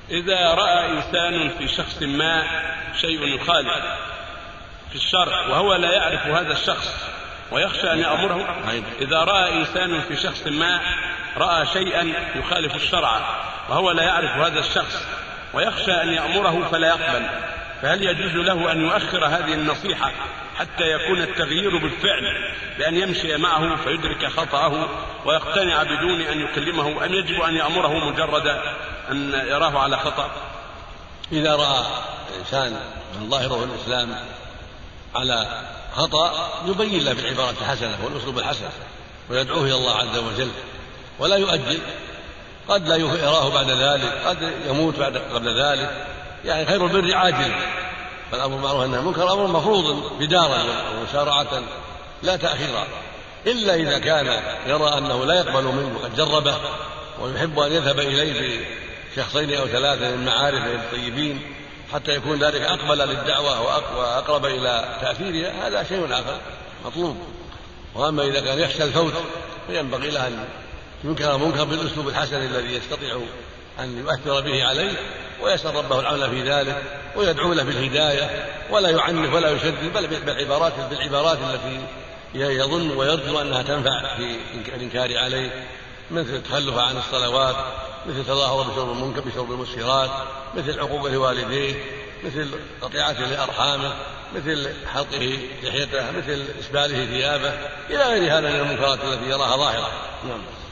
إذا رأى إنسان في شخص ما شيء يخالف في الشرع وهو لا يعرف هذا الشخص ويخشى أن يأمره، إذا رأى إنسان في شخص ما رأى شيئا يخالف الشرع وهو لا يعرف هذا الشخص ويخشى أن يأمره فلا يقبل، فهل يجوز له أن يؤخر هذه النصيحة حتى يكون التغيير بالفعل بأن يمشي معه فيدرك خطأه ويقتنع بدون أن يكلمه، أم يجب أن يأمره مجرد أن يراه على خطأ؟ إذا رأى إنسان من ظاهره الإسلام على خطأ يبين له بالعبارة الحسنة والأسلوب الحسن ويدعوه إلى الله عز وجل ولا يؤجل، قد لا يراه بعد ذلك، قد يموت قبل ذلك، يعني خير البر عاجل، فالأمر بالمعروف والنهي عن المنكر أمر مفروض بدارا ومسارعة لا تأخيرا، إلا إذا كان يرى أنه لا يقبل منه قد جربه ويحب أن يذهب إليه بشخصين أو ثلاثة من معارفه الطيبين حتى يكون ذلك أقبل للدعوة وأقرب إلى تأثيرها، هذا شيء آخر مطلوب. وأما إذا كان يخشى الفوت فينبغي له أن ينكر المنكر بالأسلوب الحسن الذي يستطيع أن يؤثر به عليه ويسأل ربه العون في ذلك ويدعو له بالهداية ولا يعنف ولا يشدد، بل بالعبارات التي يظن ويرجو أنها تنفع في الإنكار عليه، مثل التخلف عن الصلوات، مثل تظاهر بشرب المسكرات، مثل عقوق لوالديه، مثل قطيعته لأرحامه، مثل حلقه لحيته، مثل إسباله ثيابه، إلى غير هذا من المنكرات التي يراها ظاهرة. نعم.